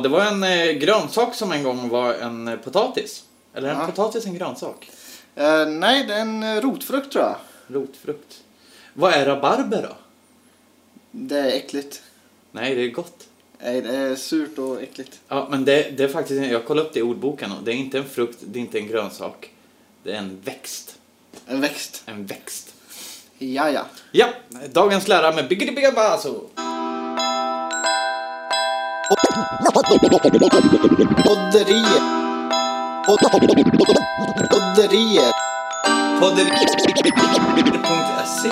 det var en grönsak som en gång var en potatis. Eller en potatis en grönsak? Nej, det är en rotfrukt tror jag. Rotfrukt. Vad är rabarber då? Det är äckligt. Nej, det är gott. Nej, det är surt och äckligt. Ja, men det är faktiskt, jag kollade upp det i ordboken och det är inte en frukt, det är inte en grönsak. Det är en växt. En växt. En växt. Ja. Ja, dagens lära med Biggity Bigga Baso. Podderier. Podderier. Podderier.se.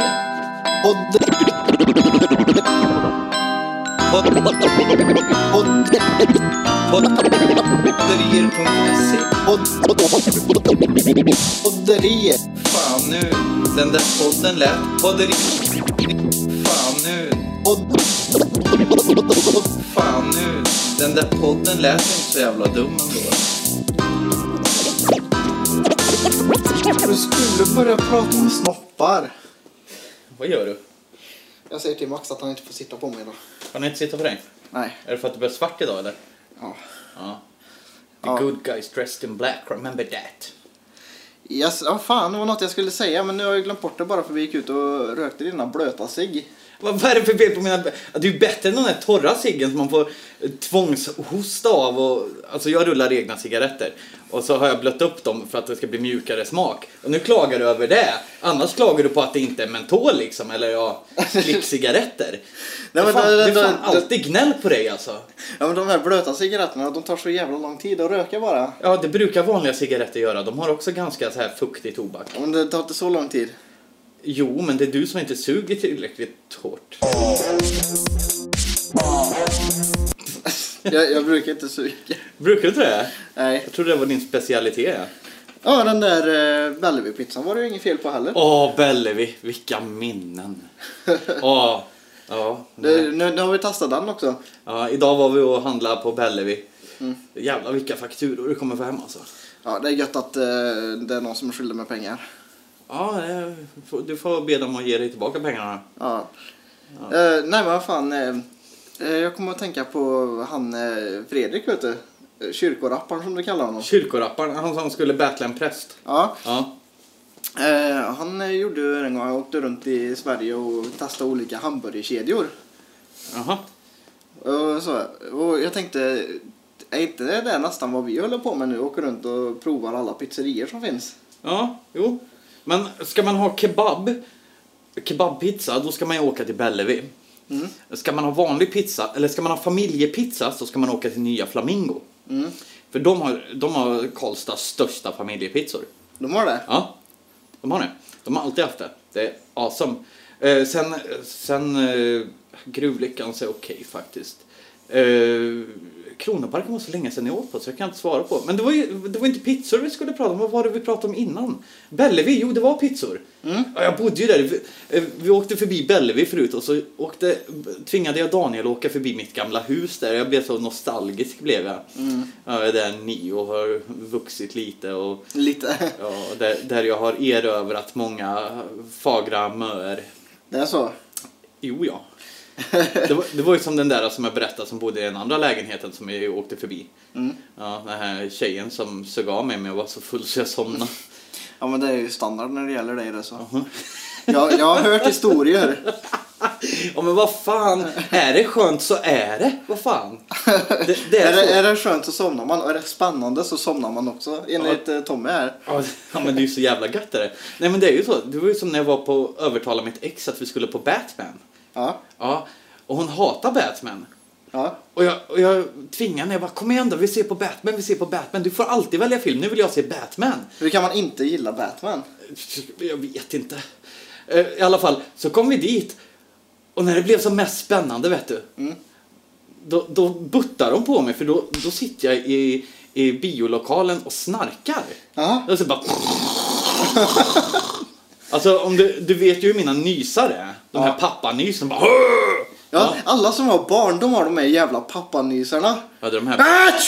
Podderier.se. Podderier. Fan nu, den där podden lät. Podderier. Fan nu. Fan nu, den där podden lät inte så jävla dum ändå. Du skulle börja prata om snoppar. Vad gör du? Jag säger till Max att han inte får sitta på mig idag. Kan han inte sitta på dig? Nej. Är det för att du blir svart idag eller? Ja. The good guys dressed in black, remember that. Yes, fan, det var något jag skulle säga, men nu har jag glömt bort det bara för vi gick ut och rökte dina blöta cigg. Vad är det för fel på mina... Det är ju bättre än den här torra ciggen som man får tvångshosta av. Och, alltså jag rullar egna cigaretter. Och så har jag blött upp dem för att det ska bli mjukare smak. Och nu klagar du över det. Annars klagar du på att det inte är mentol liksom. Eller klickcigaretter. Nej, men det är fan alltid gnäll på dig alltså. Ja, men de här blöta cigaretterna, de tar så jävla lång tid att röka bara. Ja, det brukar vanliga cigaretter göra. De har också ganska så här fuktig tobak. Ja, men det tar inte så lång tid. Jo, men det är du som inte suger tillräckligt hårt. Jag brukar inte suga. Brukar du inte det? Nej. Jag trodde det var din specialitet. Ja, den där Bellevi-pizzan var det ju inget fel på heller. Bellevi, vilka minnen. Ja. Nu har vi testat den också. Ja, idag var vi och handlade på Bellevi. Jävlar vilka fakturor du kommer få hem alltså. Ja, det är gött att det är någon som skyller med pengar. Ja, du får be dem att ge dig tillbaka pengarna. Ja. Nej, men vad fan. Jag kommer att tänka på han Fredrik, vet du. Kyrkorapparen som du kallar honom. Kyrkorapparen, han som skulle battla en präst. Ja. Han gjorde en gång, han åkte runt i Sverige och testade olika hamburgerkedjor. Jaha. Och jag tänkte, är inte det nästan vad vi håller på med nu? Åker runt och provar alla pizzerier som finns. Ja, jo. Men ska man ha kebabpizza, då ska man ju åka till Bellevi. Ska man ha vanlig pizza, eller ska man ha familjepizza, så ska man åka till Nya Flamingo. För de har Karlstads största familjepizzor. De har det? Ja, de har det. De har alltid haft det. Det är awesome. Sen Gruvlyckan så är okej faktiskt. Kronoparken var så länge sedan jag åt på så jag kan inte svara på. Men det var inte pizzor vi skulle prata om. Vad var det vi pratade om innan? Bellevi, jo det var pizzor. Ja, jag bodde ju där. Vi åkte förbi Bellevi förut och så tvingade jag Daniel att åka förbi mitt gamla hus där. Jag blev så nostalgisk blev jag. Ja, där 9 har vuxit lite. Och, lite? Ja, där jag har erövrat många fagra möer. Det är så? Jo, ja. Det var ju som den där som jag berättade som bodde i den andra lägenheten som jag åkte förbi. Ja, den här tjejen som sög av mig men jag var så full så jag somnade. Ja, men det är ju standard när det gäller dig det så. Jag har hört historier. Ja, men vad fan, är det skönt så är det. Vad fan. Är det skönt så somnar man och är det spännande så somnar man också enligt Tommy här. Ja, men det är ju så jävla gött det. Nej, men det är ju så. Det var ju som när jag var på övertala mitt ex att vi skulle på Batman. Ja, och hon hatar Batman. Ja. Och jag tvingar henne, jag bara, kom igen då, vi ser på Batman. Du får alltid välja film, nu vill jag se Batman. Hur kan man inte gilla Batman? Jag vet inte. I alla fall, så kom vi dit. Och när det blev som mest spännande, vet du. Då buttar de på mig, för då sitter jag i biolokalen och snarkar. Och så bara... Alltså, om du vet ju hur mina nysar är. De här pappanysen bara... Ja, alla som har barn, de har de här jävla pappanysarna. Ja, det är de här...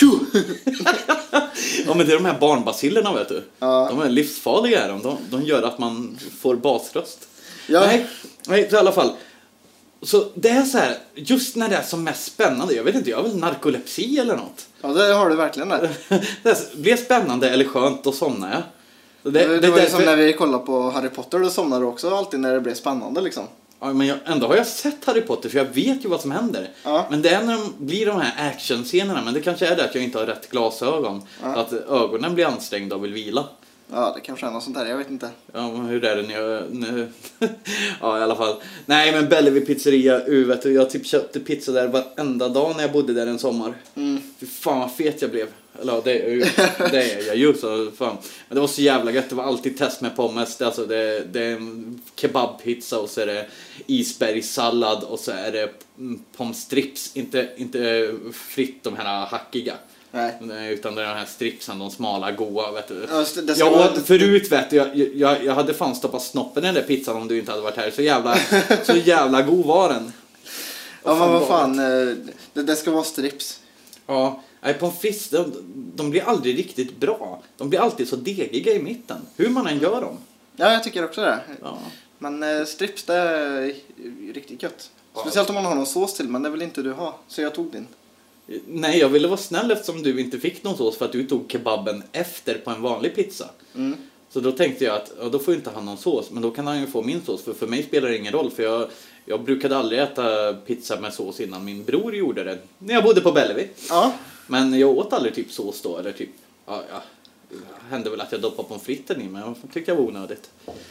Ja, men det är de här barnbacillerna, vet du. Ja. De är livsfarliga. De gör att man får basröst. Ja. Nej, så i alla fall. Så det är så här, just när det är som mest spännande, jag vet inte, jag har väl narkolepsi eller något. Ja, det har du verkligen där. Det blir spännande eller skönt, då somnar jag. Det var ju som när vi kollade på Harry Potter, då somnade du också alltid när det blev spännande liksom. Ja, men ändå har jag sett Harry Potter så jag vet ju vad som händer. Ja. Men det är när de blir de här actionscenerna, men det kanske är det att jag inte har rätt glasögon. Ja. Att ögonen blir ansträngda och vill vila. Ja, det kanske är något sånt där, jag vet inte. Ja, men hur är det nu? Ja, i alla fall. Nej, men Bellevue pizzeria, vet du, jag typ köpte pizza där varenda dag när jag bodde där en sommar. Fy fan vad fet jag blev. Eller ja, det är jag ju så fan. Men det var så jävla gött, det var alltid test med pommes. Alltså det är en kebabpizza och så är det isbergssallad och så är det pommes strips. Inte fritt de här hackiga. Nej. Utan det är de här stripsen, de smala, goa, vet du. Ja, förut vet du, jag hade fan stoppat snoppen i den där pizzan om du inte hade varit här. Så jävla god var den. Ja, men vad fan, det ska vara strips. Ja, pommes frites, de blir aldrig riktigt bra. De blir alltid så degiga i mitten, hur man än gör dem. Ja, jag tycker också det. Ja. Men strips, det är riktigt gött. Speciellt om man har någon sås till, men det vill inte du ha. Så jag tog din. Nej, jag ville vara snäll eftersom du inte fick någon sås för att du tog kebaben efter på en vanlig pizza. Så då tänkte jag att då får inte han någon sås, men då kan han ju få min sås. För mig spelar det ingen roll, för jag brukade aldrig äta pizza med sås innan min bror gjorde det. När jag bodde på Bellevue. Ja. Men jag åt aldrig typ sås då, eller typ, ja. Det hände väl att jag doppade pommes fritesen i, men jag tyckte jag var onödigt.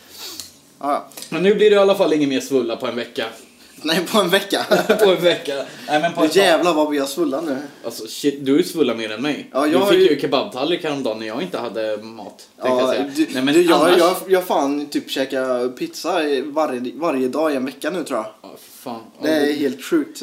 Ja. Men nu blir det i alla fall ingen mer svulla på en vecka. Nej, på en vecka. På en vecka. Nej, men på en jävlar vad vi har svulla nu. Alltså shit, du är svulla mer än mig. Ja, du fick ju kebabtallrik häromdagen när jag inte hade mat. Ja, Nej, men annars... jag fan typ käkar pizza varje dag i en vecka nu, tror jag. Ja, fan. Det är helt sjukt.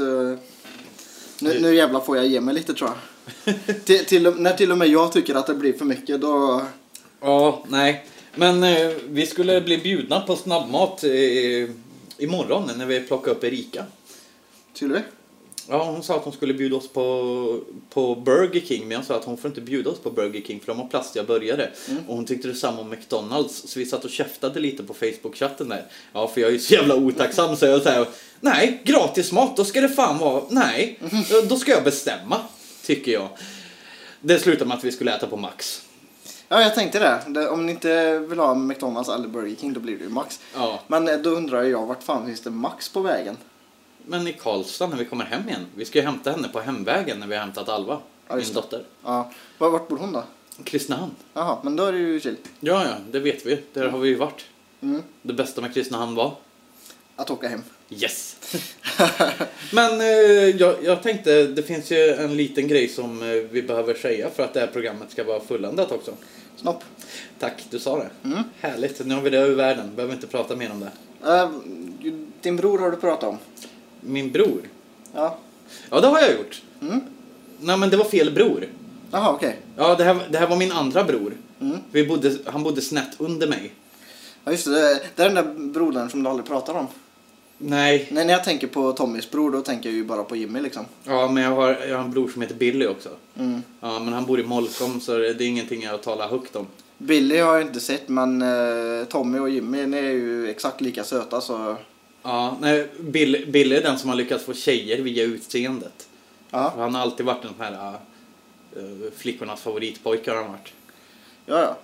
Nu jävlar får jag ge mig lite, tror jag. När till och med jag tycker att det blir för mycket, då... Ja, nej. Men vi skulle bli bjudna på snabbmat imorgon när vi plockar upp Erika. Skulle vi? Ja, hon sa att hon skulle bjuda oss på Burger King. Men jag sa att hon får inte bjuda oss på Burger King för de har plastiga burgare. Och hon tyckte det samma om McDonalds. Så vi satt och käftade lite på Facebook-chatten där. Ja, för jag är ju så jävla otacksam. Så jag säger, nej, gratis mat, då ska det fan vara. Nej, då ska jag bestämma, tycker jag. Det slutade med att vi skulle äta på Max. Ja, jag tänkte det. Om ni inte vill ha McDonalds eller Burger King, då blir det ju Max. Ja. Men då undrar jag, vart fan finns det Max på vägen? Men i Karlstad när vi kommer hem igen. Vi ska ju hämta henne på hemvägen när vi har hämtat Alva, min dotter. Ja. Vart bor hon då? Kristinehamn. Jaha, men då är det ju chill. Ja, det vet vi. Där har vi ju varit. Det bästa med Kristinehamn var? Att åka hem. Yes! Men jag tänkte, det finns ju en liten grej som vi behöver säga för att det här programmet ska vara fulländat också. Snopp. Tack, du sa det. Härligt, nu har vi det över världen. Behöver inte prata mer om det. Din bror har du pratat om. Min bror? Ja. Ja, det har jag gjort. Nej, men det var fel bror. Jaha, okej. Ja, det här var min andra bror. Han bodde snett under mig. Ja, just det. Det är den där brodern som du aldrig pratar om. Nej. Nej, när jag tänker på Tommys bror, då tänker jag ju bara på Jimmy liksom. Ja, men jag har en bror som heter Billy också. Ja, men han bor i Molkom, så det är ingenting jag talar högt om. Billy har jag inte sett, men Tommy och Jimmy, ni är ju exakt lika söta, så... Ja, nej, Billy är den som har lyckats få tjejer via utseendet. Ja. Han har alltid varit en sån här flickornas favoritpojke har han varit. Ja.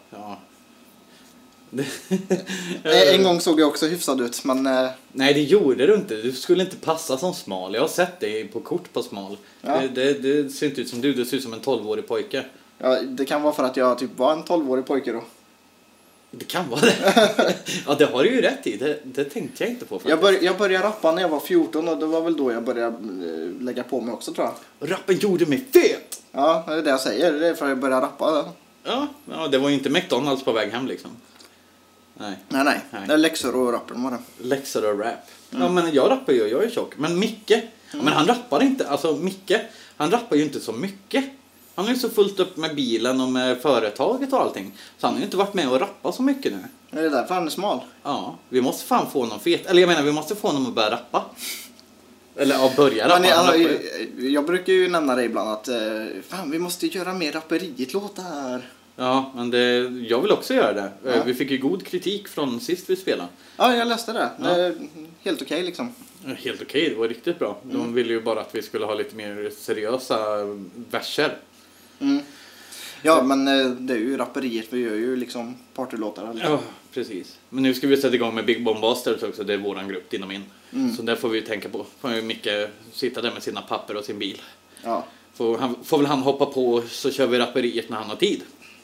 En gång såg jag också hyfsad ut, men... Nej, det gjorde du inte. Du skulle inte passa som smal. Jag har sett dig på kort på smal. Ja. Det ser inte ut som du ser ut som en 12-årig pojke. Ja, det kan vara för att jag typ var en 12-årig pojke då. Det kan vara det. Ja, det har du ju rätt i. Det tänkte jag inte på faktiskt. Jag började rappa när jag var 14 och det var väl då jag började lägga på mig också, tror jag. Rappen gjorde mig fet! Ja, det är det jag säger. Det är för att jag började rappa. Ja, det var ju inte McDonalds på väg hem liksom. Nej. Det är läxor och rappen var det. Läxor och rap. Ja, men jag rappar ju, jag är tjock. Men Micke, men han rappar inte. Alltså Micke, han rappar ju inte så mycket. Han har ju så fullt upp med bilen och med företaget och allting. Så han har ju inte varit med och rappa så mycket nu. Är det därför han är smal? Ja, vi måste fan få honom fet. Eller jag menar, vi måste få honom att börja rappa. Eller börja rappa. Jag brukar ju nämna det ibland att fan, vi måste göra mer rapperiet-låtar. Ja, men jag vill också göra det. Ja. Vi fick ju god kritik från sist vi spelade. Ja, jag läste det. Ja. Det är helt okej liksom. Helt okej, det var riktigt bra. De ville ju bara att vi skulle ha lite mer seriösa verser. Ja, men det är ju rapperiet. Vi gör ju liksom partylåtar. Liksom. Ja, precis. Men nu ska vi sätta igång med Big Bomb Busters också. Det är våran grupp, din och min. Så där får vi tänka på. Får ju Micke sitta där med sina papper och sin bil. Ja. Får väl han hoppa på, så kör vi rapperiet när han har tid.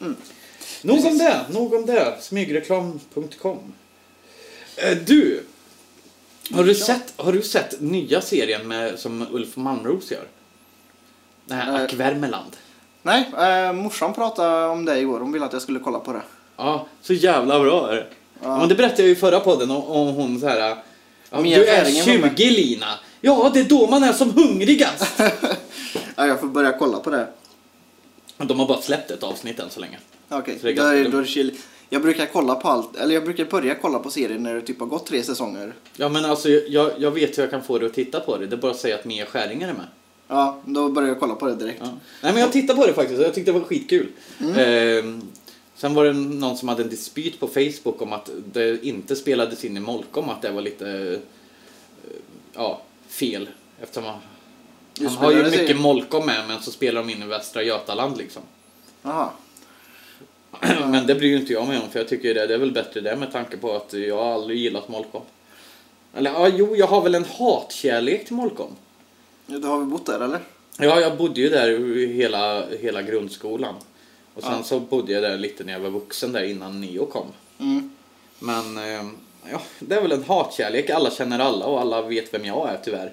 Nog om det. Smygreklam.com. Du, har du sett nya serien som Ulf Malmros gör? Det här Ack Värmeland. Nej, morsan pratade om det igår. Hon ville att jag skulle kolla på det. Ja, så jävla bra är det. Ja. Men det berättade jag ju i förra podden om hon så här. Ja, du är 20 Lina. Ja, det är då man är som hungrigast. Ja, jag får börja kolla på det. De har bara släppt ett avsnitt än så länge. Okej, då är det chill. Jag brukar kolla på allt, eller jag brukar börja kolla på serien när det typ har gått 3 säsonger. Ja, men alltså jag vet hur jag kan få dig att titta på det. Det är bara att säga att Mia Skäringer är med. Ja, då börjar jag kolla på det direkt. Ja. Nej, men jag tittade på det faktiskt och jag tyckte det var skitkul. Sen var det någon som hade en dispyt på Facebook om att det inte spelades in i Molkom, att det var lite fel. Eftersom han har ju mycket Molkom med, men så spelar de in i Västra Götaland liksom. Aha. Men det bryr ju inte jag mig om, för jag tycker det är väl bättre det med tanke på att jag har aldrig gillat Molkom. Eller jag har väl en hatkärlek till Molkom. Ja, då har vi bott där, eller? Ja, jag bodde ju där hela grundskolan. Och sen så bodde jag där lite när jag var vuxen där innan Neo kom. Men det är väl en hatkärlek. Alla känner alla och alla vet vem jag är tyvärr.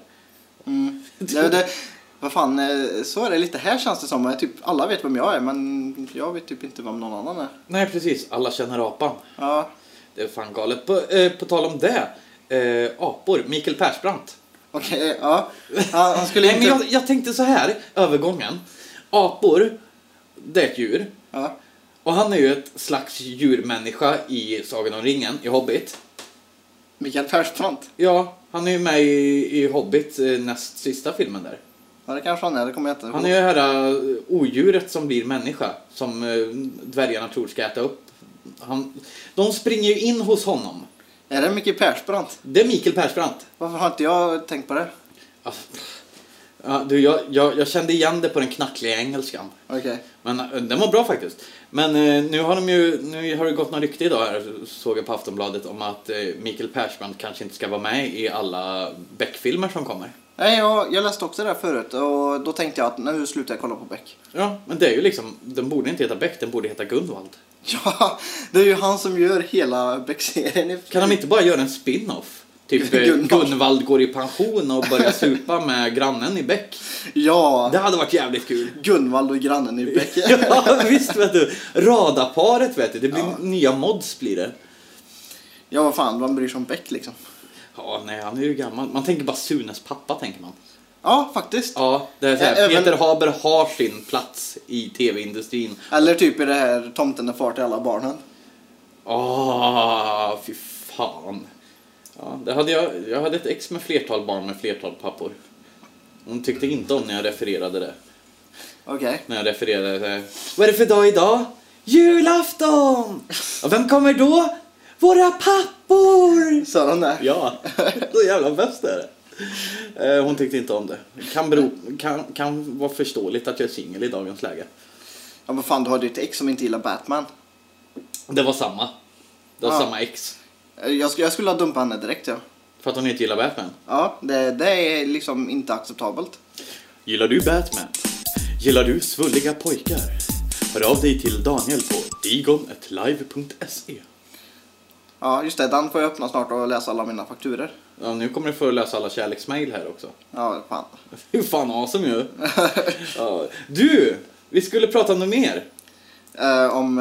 Vad fan, så är det lite här känns det som. Typ, alla vet vem jag är, men jag vet typ inte vem någon annan är. Nej, precis. Alla känner apan. Ja. Det är fan galet. På tal om det. Apor. Mikael Persbrandt. Okej, ja. Han skulle inte... men jag tänkte så här, övergången. Apor, det är ett djur. Ja. Och han är ju ett slags djurmänniska i Sagan om ringen, i Hobbit. Mikael Persbrandt? Ja, han är ju med i Hobbit, näst sista filmen där. Ja, det kanske han är, det kommer jag inte ihåg. Han är ju det här odjuret som blir människa, som dvärgarna tror ska äta upp. De springer ju in hos honom. Är det Mikael Persbrandt? Det är Mikael Persbrandt. Varför har inte jag tänkt på det? Ja, jag kände igen det på den knackliga engelskan. Okej. Men den var bra faktiskt. Men nu har det gått några rykte idag här, såg jag på Aftonbladet, om att Mikael Persbrandt kanske inte ska vara med i alla Beck-filmer som kommer. Nej, jag läste också det där förut och då tänkte jag att nu slutar jag kolla på Beck. Ja, men det är ju liksom, den borde inte heta Beck, den borde heta Gunvald. Ja, det är ju han som gör hela Beck-serien. Kan de inte bara göra en spin-off? Typ Gunvald går i pension och börjar supa med grannen i Beck. Ja. Det hade varit jävligt kul. Gunvald och grannen i Beck. Ja, visst vet du. Radarparet vet du. Det blir nya mods blir det. Ja, vad fan, man bryr sig om Beck liksom. Ja, nej, han är ju gammal. Man tänker bara Sunes pappa, tänker man. Ja, faktiskt. Ja, det är så här, Peter Haber har sin plats i tv-industrin. Eller typ i det här Tomten är far till alla barnen. Fy fan. Ja, det hade jag hade ett ex med flertal barn med flertal pappor. Hon tyckte inte om när jag refererade det. Okej. När jag refererade det. Vad är det för dag idag? Julafton! Och vem kommer då? Våra pappor! Sa de det? Ja, så jävla bäst är det. Hon tyckte inte om det. Kan vara förståeligt att jag är singel i dagens läge. Ja, men fan, du har ditt ex som inte gillar Batman. Det var samma. Det var samma ex. Jag skulle ha dumpat henne direkt, ja. För att hon inte gillar Batman? Ja, det är liksom inte acceptabelt. Gillar du Batman? Gillar du svulliga pojkar? Hör av dig till Daniel på digon@live.se. Ja, just det. Den får jag öppna snart och läsa alla mina fakturer. Ja, nu kommer du få läsa alla kärleksmail här också. Ja, fan. Hur fan awesome ju. Ja. Du, vi skulle prata om något mer. Om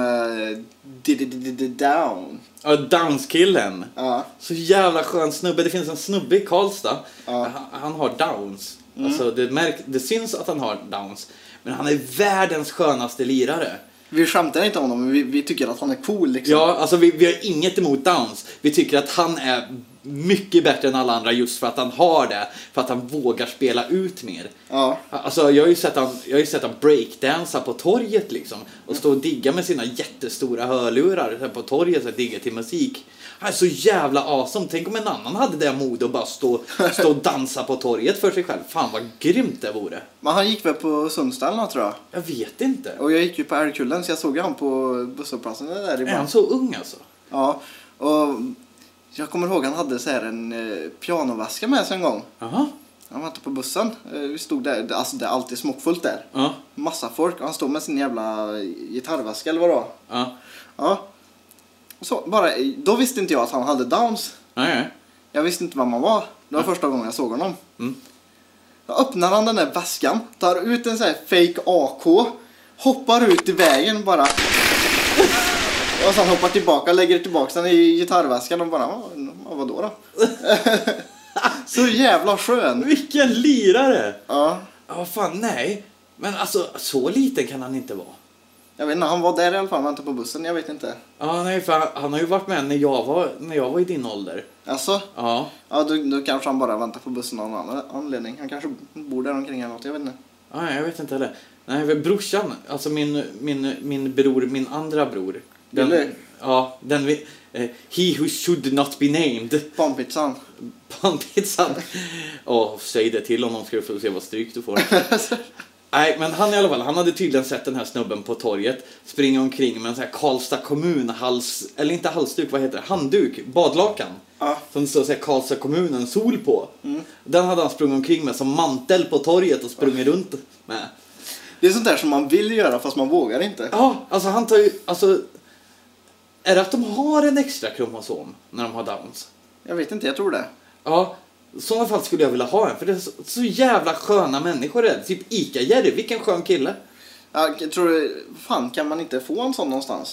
Down. Ja, Downs-killen. Ja. Så jävla skön snubbe. Det finns en snubbe i Karlstad. Ja. Han har Downs. Alltså, det syns att han har Downs. Men han är världens skönaste lirare. Vi skämtar inte om honom, men vi tycker att han är cool liksom. Ja, alltså vi har inget emot Downs. Vi tycker att han är mycket bättre än alla andra just för att han har det. För att han vågar spela ut mer. Ja. Alltså jag har ju sett han breakdansa på torget liksom. Och stå och digga med sina jättestora hörlurar på torget och digga till musik. Han är så jävla awesome. Tänk om en annan hade det mod och bara stå och dansa på torget för sig själv. Fan vad grymt det vore. Men han gick väl på Sundstallen, tror jag. Jag vet inte. Och jag gick ju på Älgkullen, så jag såg han på busshållplatsen där Är ibland. han så ung alltså? Ja, och jag kommer ihåg han hade så här en pianovaska med sig en gång. Jaha. Han var inte på bussen. Vi stod där, alltså det är alltid smockfullt där. Ja. Massa folk, och han stod med sin jävla gitarrvaska eller vad det var. Ja. Ja. Så, då visste inte jag att han hade Downs. Nej. Jag visste inte vad man var. Det var första gången jag såg honom. Mm. Då öppnar han den där väskan, tar ut en sån här fake AK, hoppar ut i vägen bara. Och sen hoppar tillbaka, lägger tillbaka den i gitarrväskan och bara, vadå då? Så jävla skön. Vilken lirare! Ja. Ja, fan nej. Men alltså, så liten kan han inte vara. Jag vet inte, han var där i alla fall, vänta på bussen, jag vet inte. Ja, nej, för han har ju varit med när jag var i din ålder. Alltså? Ja. Ja, då kanske han bara väntar på bussen av någon annan anledning. Han kanske bor där omkring eller något, jag vet inte. Ja, jag vet inte heller. Nej, för brorsan, alltså min bror, min andra bror. Ja, den vi... he who should not be named. Panpizzan. Panpizzan. Säg det till honom, ska du få se vad stryk du får. Nej, men han i alla fall, han hade tydligen sett den här snubben på torget springa omkring med en sån här Karlstad kommun eller inte halsduk, vad heter det? Handduk, badlakan. Ja. Som så säger Karlstad kommunen sol på. Den hade han sprungit omkring med som mantel på torget och sprungit runt med. Det är sånt där som man vill göra fast man vågar inte. Ja, alltså han tar ju, alltså är det att de har en extra kromosom när de har Downs? Jag vet inte, jag tror det. Ja, i sådana fall skulle jag vilja ha en, för det är så jävla sköna människor det. Typ Ica-Jerry, vilken skön kille. Ja, jag tror, fan kan man inte få en sån någonstans?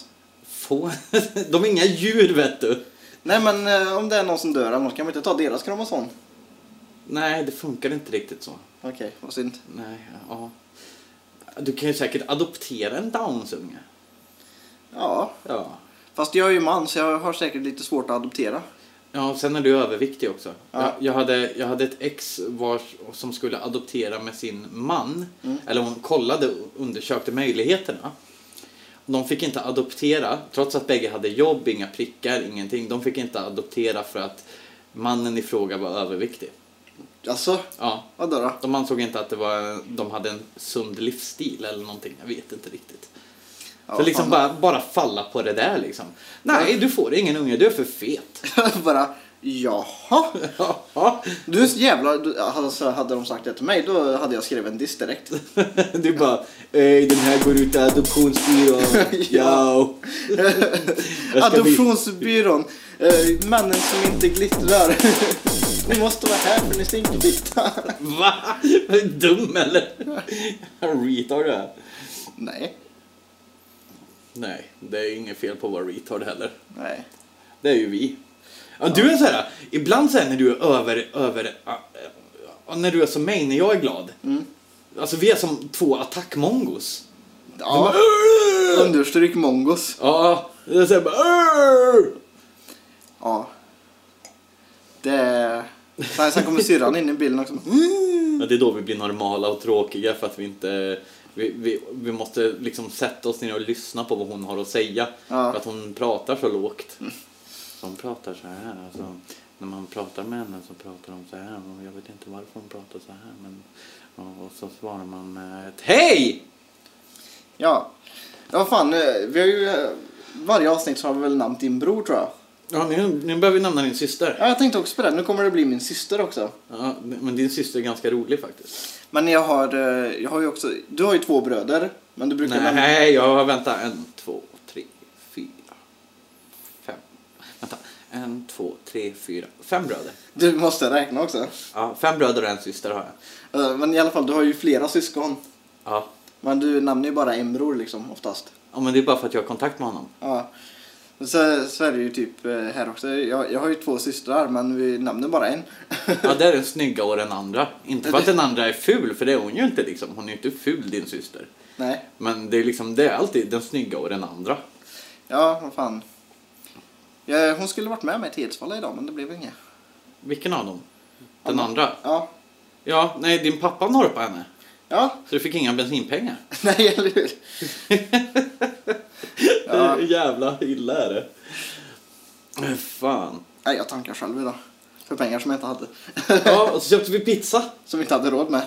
De är inga djur, vet du. Nej, men om det är någon som dör eller något, kan man inte ta deras kromosom? Nej, det funkar inte riktigt så. Okej, vad synd. Nej, ja. Du kan ju säkert adoptera en Downs-unge. Ja, Ja. fast jag är ju man så jag har säkert lite svårt att adoptera. Ja, sen är du överviktig också. Ja. Jag hade ett ex som skulle adoptera med sin man. Eller hon undersökte möjligheterna. De fick inte adoptera, trots att bägge hade jobb, inga prickar, ingenting. De fick inte adoptera för att mannen i fråga var överviktig. Alltså, Ja. vadå då? De ansåg inte att de hade en sund livsstil eller någonting. Jag vet inte riktigt. Ja, så liksom bara falla på det där liksom. Nej, du får ingen unge, du är för fet. Bara, jaha. Ja. Du är så jävla... Hade de sagt det till mig, då hade jag skrivit en diss direkt. Du bara, den här går ut till adoptionsbyrån. Ja. Adoptionsbyrån. Mannen som inte glittrar. Ni måste vara här för ni stinker bitar. Va? Är du dum eller? Retard du är. Nej. Nej, det är inget fel på att vara retard heller. Nej. Det är ju vi. Ja, du är så här, ibland så här när du är när du är som mig när jag är glad. Alltså vi är som två attackmongos. Ja. Understryk mongos. Ja, det är så här bara. Ja. Det... Sen kommer syrran in i bilden också. Ja, det är då vi blir normala och tråkiga för att vi inte... Vi måste liksom sätta oss ner och lyssna på vad hon har att säga. Ja. För att hon pratar så lågt. Så hon pratar så här. Alltså, när man pratar med henne så pratar hon så här. Och jag vet inte varför hon pratar så här. Men, och så svarar man med ett hej! Ja. Ja, fan. Vi har ju... Varje avsnitt så har vi väl namnt din bror, tror jag. Ja, nu behöver vi namna din syster. Ja, jag tänkte också på det. Nu kommer det bli min syster också. Ja, men din syster är ganska rolig faktiskt. Men jag har ju också... Du har ju 2 bröder. Men du brukar... Nej, jag har väntat 1, 2, 3, 4, 5. Vänta. 1, 2, 3, 4, 5 bröder. Du måste räkna också. Ja, 5 bröder och en syster har jag. Men i alla fall, du har ju flera syskon. Ja. Men du nämner ju bara en bror liksom, oftast. Ja, men det är bara för att jag har kontakt med honom. Ja. Så är det ju typ här också. Jag har ju 2 systrar, men vi nämner bara en. Ja, det är den snygga och den andra. Inte för att den andra är ful, för det är hon ju inte liksom. Hon är ju inte ful, din syster. Nej. Men det är liksom, det är alltid den snygga och den andra. Ja, vad fan. Ja, hon skulle varit med mig till Edsvalla idag, men det blev inget. Vilken av dem? Den andra? Ja. Ja, nej, din pappa norpade henne. Ja. Så du fick inga bensinpengar. Nej, eller hur? Ja. Jävla illa är det. Fan. Nej, jag tankar själv idag. För pengar som jag inte hade. Ja, och så köpte vi pizza. Som vi inte hade råd med.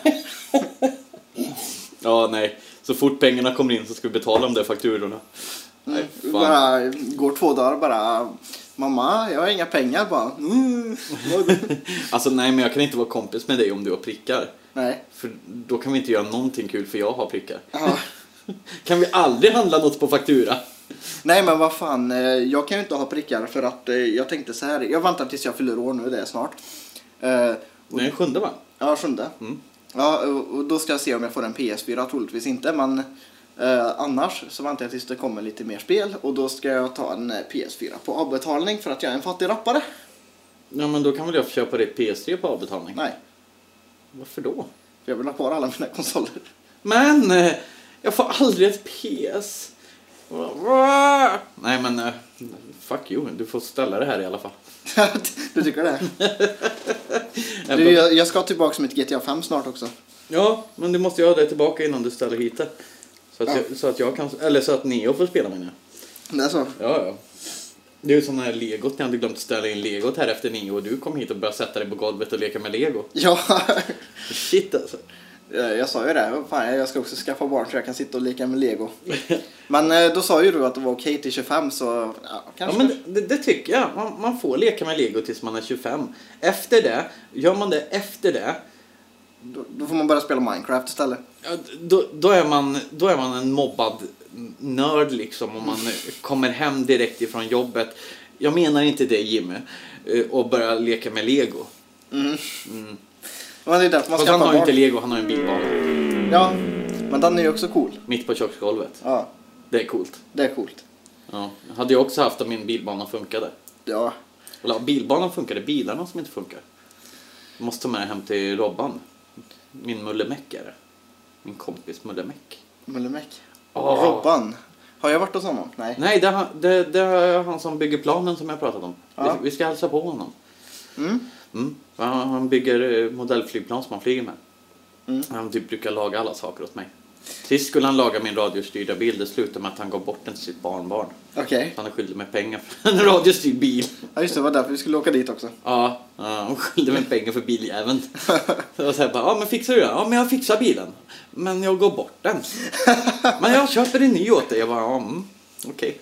Ja, nej. Så fort pengarna kommer in så ska vi betala de där fakturorna. Nej, fan. Bara går 2 dagar bara... Mamma, jag har inga pengar bara. Alltså nej, men jag kan inte vara kompis med dig om du har prickar. Nej. För då kan vi inte göra någonting kul för jag har prickar. Ja. Kan vi aldrig handla något på faktura? Nej, men vad fan. Jag kan ju inte ha prickar för att jag tänkte så här. Jag väntar tills jag fyller år nu, det är snart. Nej, 7:e va? Ja, 7:e. Mm. Ja, och då ska jag se om jag får en PS4, troligtvis inte. Men annars så väntar jag tills det kommer lite mer spel. Och då ska jag ta en PS4 på avbetalning för att jag är en fattig rappare. Ja, men då kan väl jag köpa det PS3 på avbetalning? Nej, Varför då? för jag vill ha kvar alla mina konsoler. Men jag får aldrig ett PS. Nej, men fuck you. Du får ställa det här i alla fall. Du tycker det? Jag ska tillbaka med ett GTA 5 snart också. Ja, men du måste ju ha det tillbaka innan du ställer hit det. Så att jag kan, eller så att Neo får spela med nu. Det är så? Ja. Det är ju sån här legot. Jag hade glömt ställa in legot här efter Neo. Och du kom hit och började sätta dig på golvet och leka med lego. Ja. Shit alltså. Jag sa ju det. Fan, jag ska också skaffa barn så jag kan sitta och leka med lego. Men då sa ju du att det var okej till 25, så ja, kanske. Ja, men det tycker jag. Man får leka med lego tills man är 25. Efter det, gör man det efter det. Då får man börja spela Minecraft istället. Ja, då är man en mobbad nörd liksom. Om man kommer hem direkt ifrån jobbet. Jag menar inte det, Jimmy. Och börja leka med lego. Men det är därför man ska han har ju inte lego, han har en bilbana. Ja, men den är ju också cool. Mitt på köksgolvet. Ja. Det är coolt. Det är coolt. Ja. Hade jag också haft om min bilbana funkade. Ja. Eller bilbanan funkade, bilarna som inte funkar. Jag måste ta med hem till Robban. Min mullemäckare. Min kompis mullemäck. Mullemäck? Robban. Har jag varit hos honom? Nej. Nej, det är han som bygger planen som jag pratat om. Ja. Vi ska hälsa på honom. Han bygger modellflygplan som han flyger med. Han typ brukar laga alla saker åt mig. Sist skulle han laga min radiostyrda bil. Det slutade med att han gav bort den till sitt barnbarn. Okej. Han är skyldig med pengar för en radiostyrd bil. Ja, just det, var därför vi skulle åka dit också. Ja, han skyllde mig pengar för biljäveln. Så jag säger bara, ja men fixar du det? Ja men jag fixar bilen. Men jag går bort den. Men jag köper en ny åt dig. Jag bara, okej.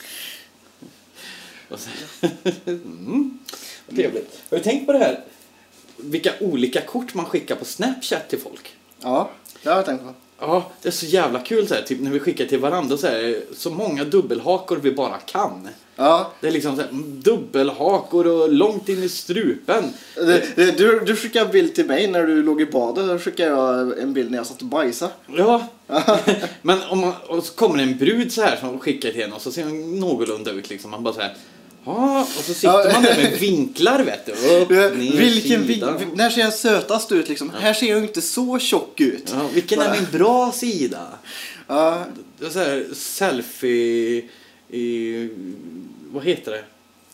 Trevligt. Har du tänkt på det här? Vilka olika kort man skickar på Snapchat till folk? Ja, det har jag tänkt på. Ja, det är så jävla kul så här, typ när vi skickar till varandra så här, så många dubbelhakor vi bara kan. Ja. Det är liksom så här, dubbelhakor och långt in i strupen. Du skickade en bild till mig när du låg i badet. Då skickade jag en bild när jag satt och bajsade. Ja. Men och så kommer en brud så här som skickar till henne och så ser hon någorlunda ut liksom. Man bara så här, ja, och så sitter man där med vinklar, vet du. Upp, ner, när ser jag sötast ut liksom? Ja. Här ser jag inte så tjock ut. Ja, vilken är min bra sida? Ja. Det är så här selfie vad heter det?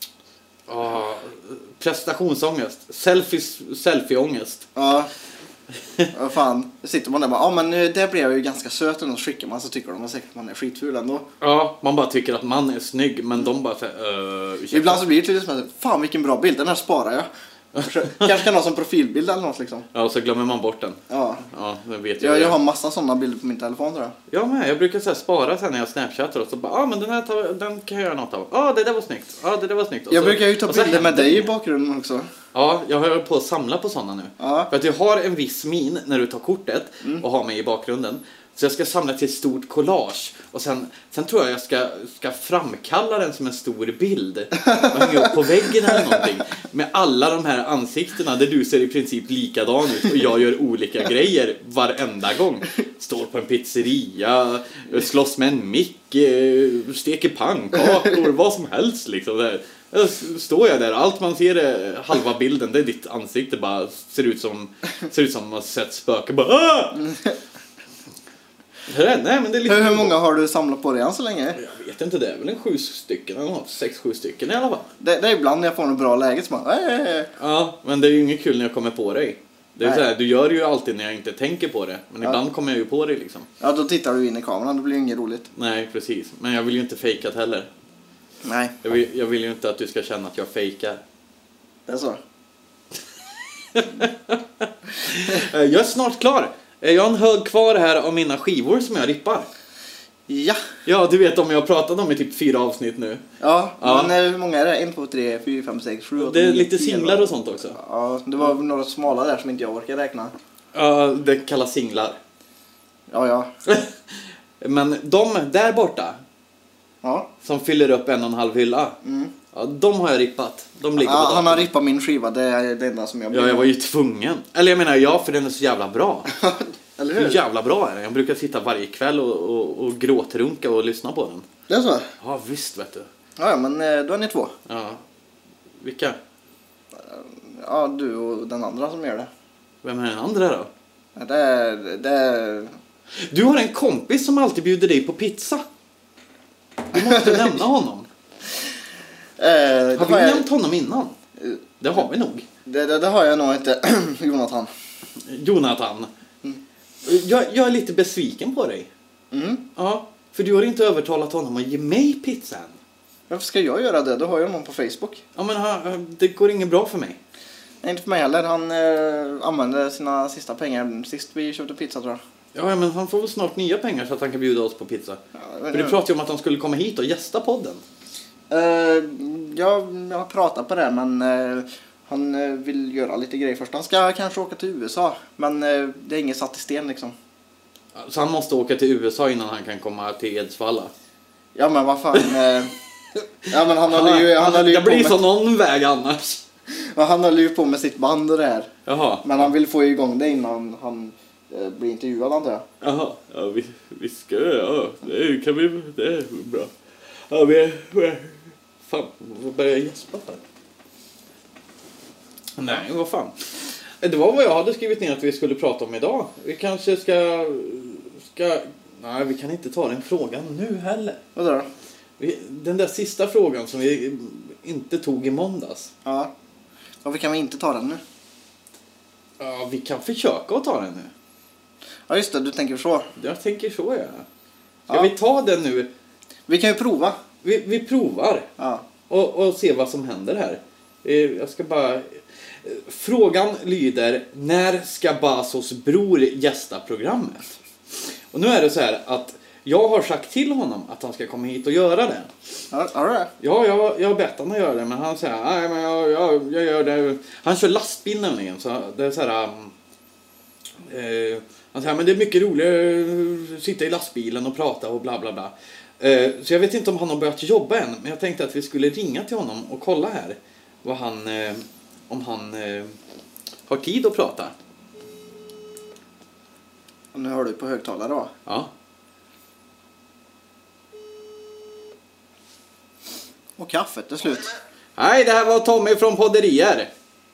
Prestationsångest. Selfieångest. Ja. Vad fan, sitter man där och bara, men där blev jag ju ganska söt, och så skickar man så tycker de säkert att man är skitful ändå. Ja, man bara tycker att man är snygg, men de bara säger ibland så blir det till det, fan vilken bra bild, den här sparar jag. Kanske kan ha som profilbild eller något liksom. Ja, och så glömmer man bort den. Ja. Ja, det vet jag. Jag har massa sådana bilder på min telefon, tror jag. Ja, men jag brukar så här spara sen när jag snapchattar och så bara, men den kan jag göra något av. Det där var snyggt. Det där var snyggt. Och jag så, brukar ju ta bilder med dig i bakgrunden också. Ja, jag har på att samla på sådana nu. Ja. För att jag har en viss min när du tar kortet och har mig i bakgrunden. Så jag ska samla till ett stort collage. Och sen tror jag ska framkalla den som en stor bild. Och hänga upp på väggen eller någonting. Med alla de här ansiktena där du ser i princip likadan ut. Och jag gör olika grejer varenda gång. Står på en pizzeria, slåss med en mick, steker pannkakor, vad som helst liksom. Där. Står jag där, allt man ser är halva bilden. Det är ditt ansikte, bara ser ut som man har sett spöken. Bara, Nej, men det är lite... Hur många har du samlat på dig än så länge? Jag vet inte, det är väl en 7 stycken eller något. 6-7 stycken i alla fall. Det är ibland när jag får något bra läge så man... Ja, men det är ju inget kul när jag kommer på dig. Det är så här, du gör ju alltid när jag inte tänker på det. Men ibland kommer jag ju på dig liksom. Ja, då tittar du in i kameran, det blir ju inget roligt. Nej, precis. Men jag vill ju inte fejkat heller. Nej. Jag vill ju inte att du ska känna att jag fejkar. Det är så. Jag är snart klar. Jag har en hög kvar här av mina skivor som jag rippar. Ja. Ja, du vet om jag har pratat om i typ 4 avsnitt nu. Ja, men hur många är det? 1, 2, 3, 4, 5, 6, 7, 8, Det är 9, lite 10, singlar och sånt också. Ja, det var några smala där som inte jag orkar räkna. Ja, det kallas singlar. Ja. Men de där borta, som fyller upp 1,5 hylla, ja, de har jag rippat. De ligger på datorn. Han har rippat min skiva, det är det enda som jag... Ja, jag var ju tvungen. Eller jag menar, för den är så jävla bra. Eller hur? Så jävla bra är den. Jag brukar sitta varje kväll och gråtrunka och lyssna på den. Det är så? Ja, visst vet du. Ja, men då är ni 2. Ja. Vilka? Ja, du och den andra som gör det. Vem är den andra då? Ja, det... Du har en kompis som alltid bjuder dig på pizza. Du måste nämna honom. Har vi nämnt honom innan? Det har vi nog. Det har jag nog inte. Jonathan. Jag är lite besviken på dig. Ja, för du har inte övertalat honom att ge mig pizza än. Varför ska jag göra det? Då har jag någon på Facebook. Ja, men det går inget bra för mig. Nej, inte för mig heller. Han använde sina sista pengar sist vi köpte pizza, tror jag. Ja, men han får väl snart nya pengar så att han kan bjuda oss på pizza. För du pratade ju om att han skulle komma hit och gästa podden. Jag pratar på det, men han vill göra lite grejer först. Han ska kanske åka till USA, men det är inget satt i sten liksom. Så han måste åka till USA innan han kan komma till Edsvalla. Ja, men vad fan. Ja, men han håller ju det blir så någon väg annars. Ja, han håller ju på med sitt band och det här. Jaha. Men han vill få igång det innan han blir intervjuad, antar jag. Jaha, ja, vi ska, ja, det kan vi, det är bra. Ja, fan, vad börjar jag gäspa här? Nej, vad fan. Det var vad jag hade skrivit ner att vi skulle prata om idag. Vi kanske ska nej, vi kan inte ta den frågan nu heller. Vad då? Den där sista frågan som vi inte tog i måndags. Ja. Varför kan vi inte ta den nu? Ja, vi kan försöka att ta den nu. Ja, just det, du tänker så. Jag tänker så, ja. Ska vi ta den nu? Vi kan ju prova. Vi provar. Ja. Och se vad som händer här. Jag ska bara... Frågan lyder: när ska Basos bror gästa programmet? Och nu är det så här att jag har sagt till honom att han ska komma hit och göra det. Har du det? Ja, jag har bett honom att göra det, men han säger nej, men jag gör det. Han kör lastbil nämligen, så det är så här... han säger, men det är mycket roligare att sitta i lastbilen och prata och bla bla bla. Så jag vet inte om han har börjat jobba än, men jag tänkte att vi skulle ringa till honom och kolla här vad han, om han har tid att prata. Och nu har du på högtalare, va? Ja. Och kaffet är slut. Hej, det här var Tommy från Podderier.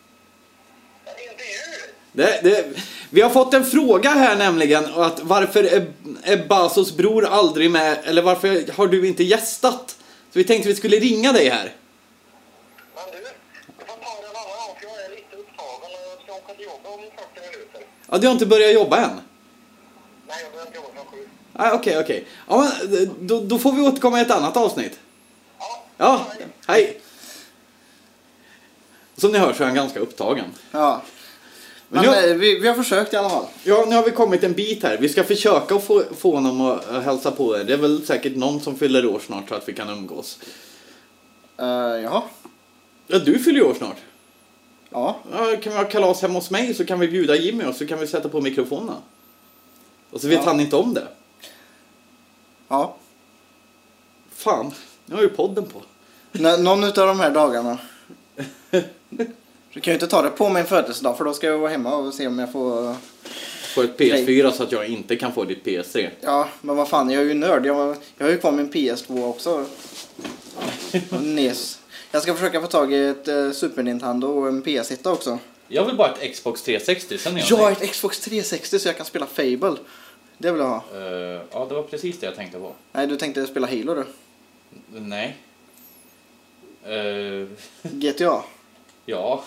Vi har fått en fråga här nämligen, att varför är Basos bror aldrig med, eller varför har du inte gästat? Så vi tänkte vi skulle ringa dig här. Men du, jag får ta den annan gång för jag är lite upptagen och jag ska åka till jobbet om 40 minuter. Ja, du har inte börjat jobba än? Nej, jag börjar inte jobba från 7. Ah, okej. Ja, men då får vi återkomma i ett annat avsnitt. Ja, hej. Som ni hör så är han ganska upptagen. Ja. Men vi har försökt i alla fall. Ja, nu har vi kommit en bit här. Vi ska försöka att få honom att hälsa på er. Det är väl säkert någon som fyller år snart så att vi kan umgås. Jaha. Ja, du fyller år snart. Ja. Ja, kan vi ha kalas hemma hos mig så kan vi bjuda Jimmy och så kan vi sätta på mikrofonerna. Och så vet han inte om det. Ja. Fan, nu har ju podden på. Någon utav de här dagarna. Du kan ju inte ta det på min födelsedag, för då ska jag vara hemma och se om jag får... Få ett PS4 så att jag inte kan få ditt PS3. Ja, men vad fan, jag är ju nörd. Jag har ju kvar min PS2 också. NES. Jag ska försöka få tag i ett Super Nintendo och en PS1 också. Jag vill bara ett Xbox 360. Sen Ja, ett Xbox 360 så jag kan spela Fable. Det vill jag ha. Ja, det var precis det jag tänkte på. Nej, du tänkte spela Halo du. Nej. GTA. Ja.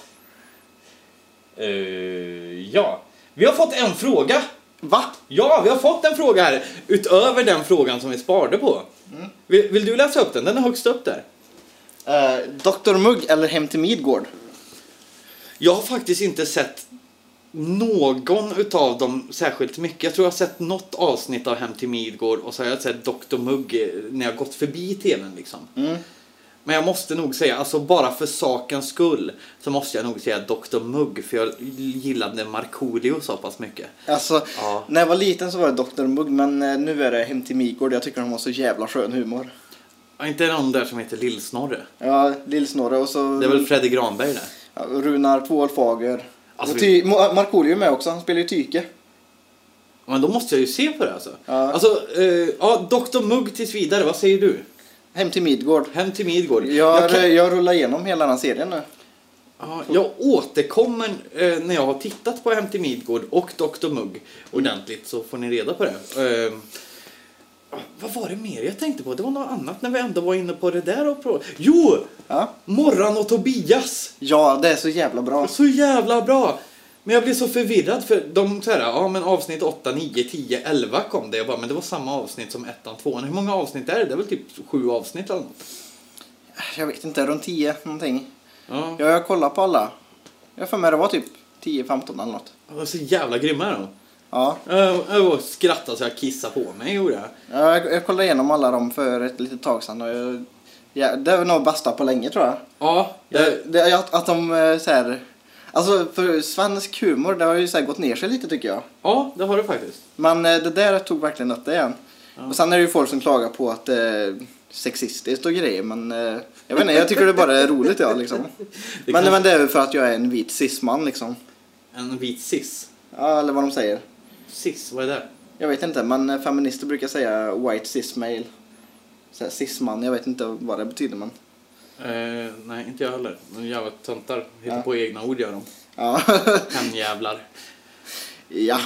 Ja. Vi har fått en fråga. Va? Ja, vi har fått en fråga här. Utöver den frågan som vi sparade på. Vill du läsa upp den? Den är högst upp där. Dr. Mugg eller Hem till Midgård? Jag har faktiskt inte sett någon utav dem särskilt mycket. Jag tror jag har sett något avsnitt av Hem till Midgård. Och så har jag sett Dr. Mugg när jag gått förbi tvn liksom. Men jag måste nog säga, alltså bara för sakens skull så måste jag nog säga Dr. Mugg. För jag gillade Markoolio så pass mycket. Alltså, när jag var liten så var det Dr. Mugg. Men nu är det Hem till Midgård. Jag tycker de har så jävla skön humor. Ja, inte någon där som heter Lill-Snorre. Ja, Lill-Snorre och så... Det är väl Freddy Granberg där. Ja, Runar Tvålfager. Alltså, och Markoolio är med också, han spelar ju Tyke. Men då måste jag ju se på det alltså. Ja. Alltså, Dr. Mugg tills vidare, vad säger du? Hem till Midgård. Hem till Midgård. Jag rullar igenom hela den här serien nu. Ja, jag återkommer när jag har tittat på Hem till Midgård och Dr. Mugg ordentligt, så får ni reda på det. Vad var det mer jag tänkte på? Det var något annat när vi ändå var inne på det där och Jo! Ja. Morran och Tobias. Ja, det är så jävla bra. Så jävla bra. Men jag blev så förvirrad för de så här, ja men avsnitt 8, 9, 10, 11 kom det. Jag bara, men det var samma avsnitt som 1, 2. Hur många avsnitt är det? Det är väl typ 7 avsnitt eller något. Jag vet inte, runt 10 någonting. Ja. Jag kollar på alla. Jag för mig det var typ 10-15 eller något. Det var så jävla grymma då. Ja. Jag skrattade så jag kissade på mig, gjorde jag. Jag kollade igenom alla dem för ett litet tag sedan. Och det är nog bästa på länge tror jag. Ja. Att de så här... Alltså för svensk humor, det har ju så här gått ner sig lite tycker jag. Ja, det har det faktiskt. Men det där tog verkligen upp det igen. Ja. Och sen är det ju folk som klagar på att sexistiskt och grejer. Men jag vet inte, jag tycker det bara är roligt ja liksom. Men det är för att jag är en vit cis-man liksom. En vit cis? Ja, eller vad de säger. Cis, vad är det? Jag vet inte, men feminister brukar säga white cis-male. Cis-man, jag vet inte vad det betyder men... Nej, inte jag heller. Men jävla töntar hittar på egna ord gör de. Ja. Hemjävlar. Ja.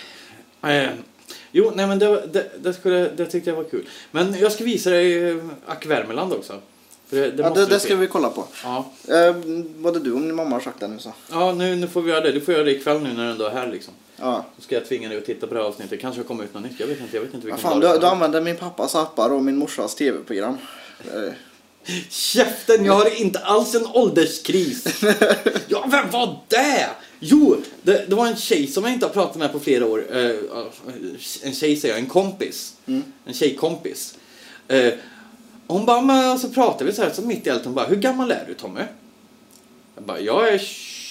Jo, nej men det tyckte jag var kul. Men jag ska visa dig Ack Värmeland också. För det ska vi kolla på. Ja. Både du och min mamma har sagt det nu så. Ja, nu får vi göra det. Du får göra det ikväll nu när du ändå är här liksom. Ja. Så ska jag tvinga dig att titta på det här avsnittet. Kanske kommer ut något nytt. Jag vet inte vilken fan, du använder min pappas appar och min morsas tv-program. Käften, jag har inte alls en ålderskris. Ja, vem var det? Jo, det var en tjej som jag inte har pratat med på flera år. En tjej säger jag, en kompis. En tjejkompis. Hon bara, men så pratade vi så här så mitt i allt. Hon bara, hur gammal är du Tommy? Jag bara, jag är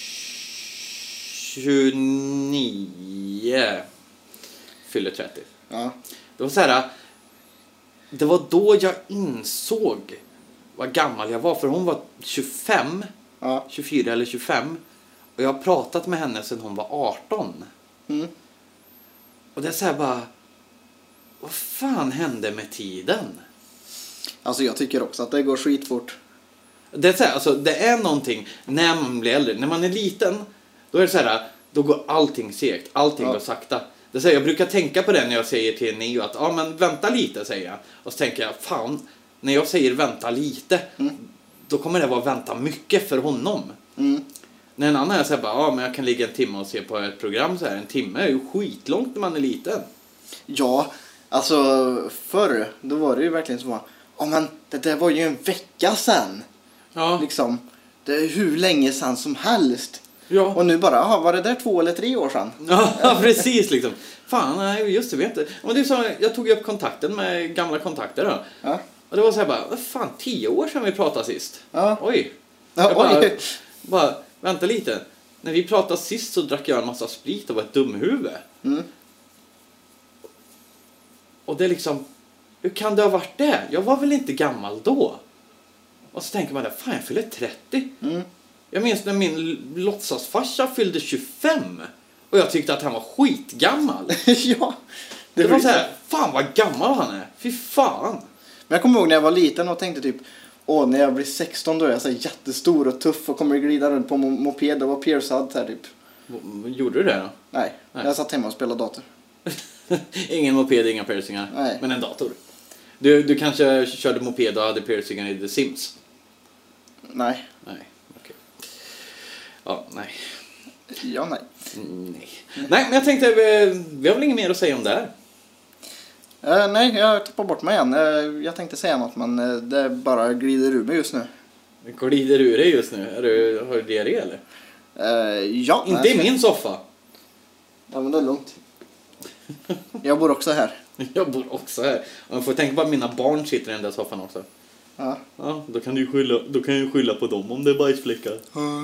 29. Fyller 30. Ja. Det var så här. Det var då jag insåg vad gammal jag var. För hon var 25. Ja. 24 eller 25. Och jag har pratat med henne sedan hon var 18. Och det är så här bara... Vad fan hände med tiden? Alltså jag tycker också att det går skitfort. Det är så här, alltså det är någonting när man blir äldre. När man är liten, då är det så här... Då går allting segt. Allting går sakta. Det säger, jag brukar tänka på det när jag säger till Neo att ja men vänta lite säger jag. Och så tänker jag fan, när jag säger vänta lite då kommer det vara vänta mycket för honom. När en annan säger bara ja men jag kan ligga en timme och se på ett program så här. En timme är ju skitlångt när man är liten. Ja, alltså förr då var det ju verkligen så men det där var ju en vecka sedan. Ja. Liksom, det är hur länge sedan som helst. Ja. Och nu bara, var det där 2 eller 3 år sedan? Ja, precis liksom. Fan, nej, just det, vet inte. Men det är så, jag tog upp kontakten med gamla kontakter då. Ja. Och det var så här bara, vad fan, 10 år sedan vi pratade sist. Ja. Oj. Ja, bara, vänta lite. När vi pratade sist så drack jag en massa sprit och var ett dumhuvud. Och det är liksom, hur kan det ha varit det? Jag var väl inte gammal då? Och så tänker man där, fan jag fyller 30. Jag minns när min låtsasfarsa fyllde 25. Och jag tyckte att han var skitgammal. Ja. Det var så här, fan vad gammal han är. Fy fan. Men jag kommer ihåg när jag var liten och tänkte typ, när jag blir 16 då är jag så jättestor och tuff och kommer glida runt på moped och var piercad så här typ. Gjorde du det då? Nej, jag satt hemma och spelade dator. Ingen moped, inga piercingar. Nej. Men en dator. Du kanske körde moped och hade piercingar i The Sims? Nej. Nej, okej. Ja, nej. Ja, nej. Nej. Nej, men jag tänkte, vi har väl inget mer att säga om det här. Nej, jag tappar bort mig igen. Jag tänkte säga något, men det bara glider ur mig just nu. Glider ur dig just nu? Har du diarré eller? Ja. Inte i min soffa. Ja, men det är lugnt. Jag bor också här. Jag bor också här. Man får tänka på att mina barn sitter i den där soffan också. Ja. Ja, då kan jag skylla på dem om det är bajsfläckar.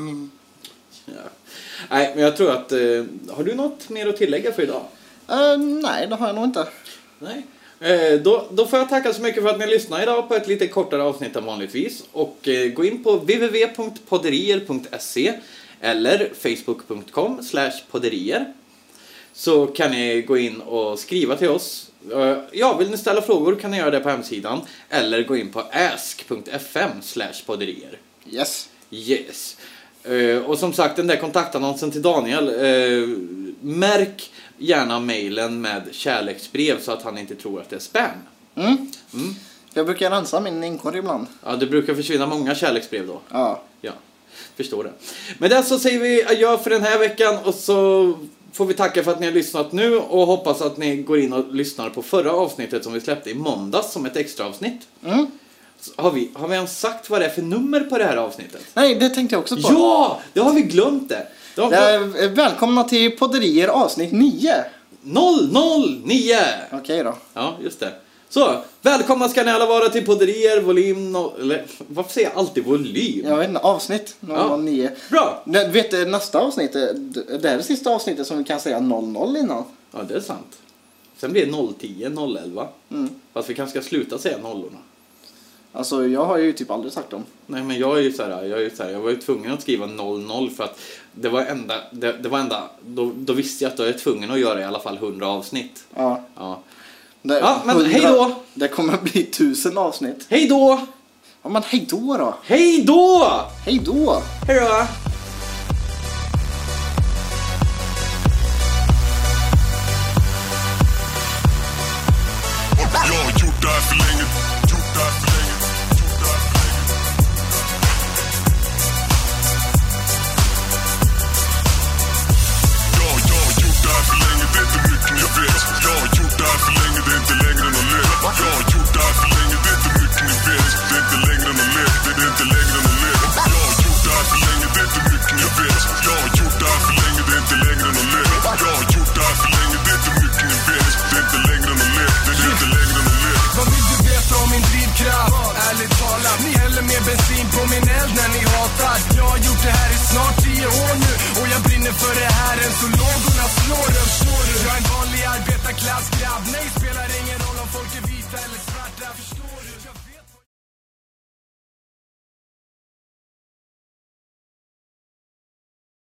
Ja. Nej, men jag tror att... har du något mer att tillägga för idag? Nej, det har jag nog inte. Nej. Då får jag tacka så mycket för att ni lyssnar idag på ett lite kortare avsnitt än vanligtvis. Och gå in på www.podderier.se eller facebook.com/podderier. Så kan ni gå in och skriva till oss. Ja, vill ni ställa frågor kan ni göra det på hemsidan. Eller gå in på ask.fm/podderier. Yes. Och som sagt, den där kontaktannonsen till Daniel. Märk gärna mejlen med kärleksbrev så att han inte tror att det är spam. Jag brukar rensa min inkorg ibland. Ja, det brukar försvinna många kärleksbrev då. Ja. Ja, förstår det. Men där så säger vi adjö för den här veckan. Och så får vi tacka för att ni har lyssnat nu. Och hoppas att ni går in och lyssnar på förra avsnittet som vi släppte i måndags som ett extra avsnitt. Har vi ens sagt vad det är för nummer på det här avsnittet? Nej, det tänkte jag också på. Ja, det har vi glömt det. Välkomna till Podderier avsnitt 9. 009. Okej då. Ja, just det. Så, välkomna ska ni alla vara till Podderier volym eller varför säger jag alltid volym? Jag vet inte, avsnitt 09. Ja. Bra. Vet du, nästa avsnitt, det är det sista avsnittet som vi kan säga 00 innan. Ja, det är sant. Sen blir det 010, 011. Fast vi kanske ska sluta säga nollorna. Alltså, jag har ju typ aldrig sagt dem. Nej, men jag var ju tvungen att skriva 00 för att det var enda då visste jag att jag är tvungen att göra i alla fall 100 avsnitt. Ja. Men hej då. Det kommer bli 1000 avsnitt. Hej då. Ja, men hej då. Hej då. Hej då. Hej då. Jag har gjort det här för länge. Ärligt talat, ni häller mer bensin på min eld när ni hatar. Jag har gjort det här i snart 10 år nu och jag brinner för det här än så lågorna slår upp. Jag är en vanlig arbetarklassgrabb. Nej, spelar ingen roll om folk är vita eller svarta, förstår.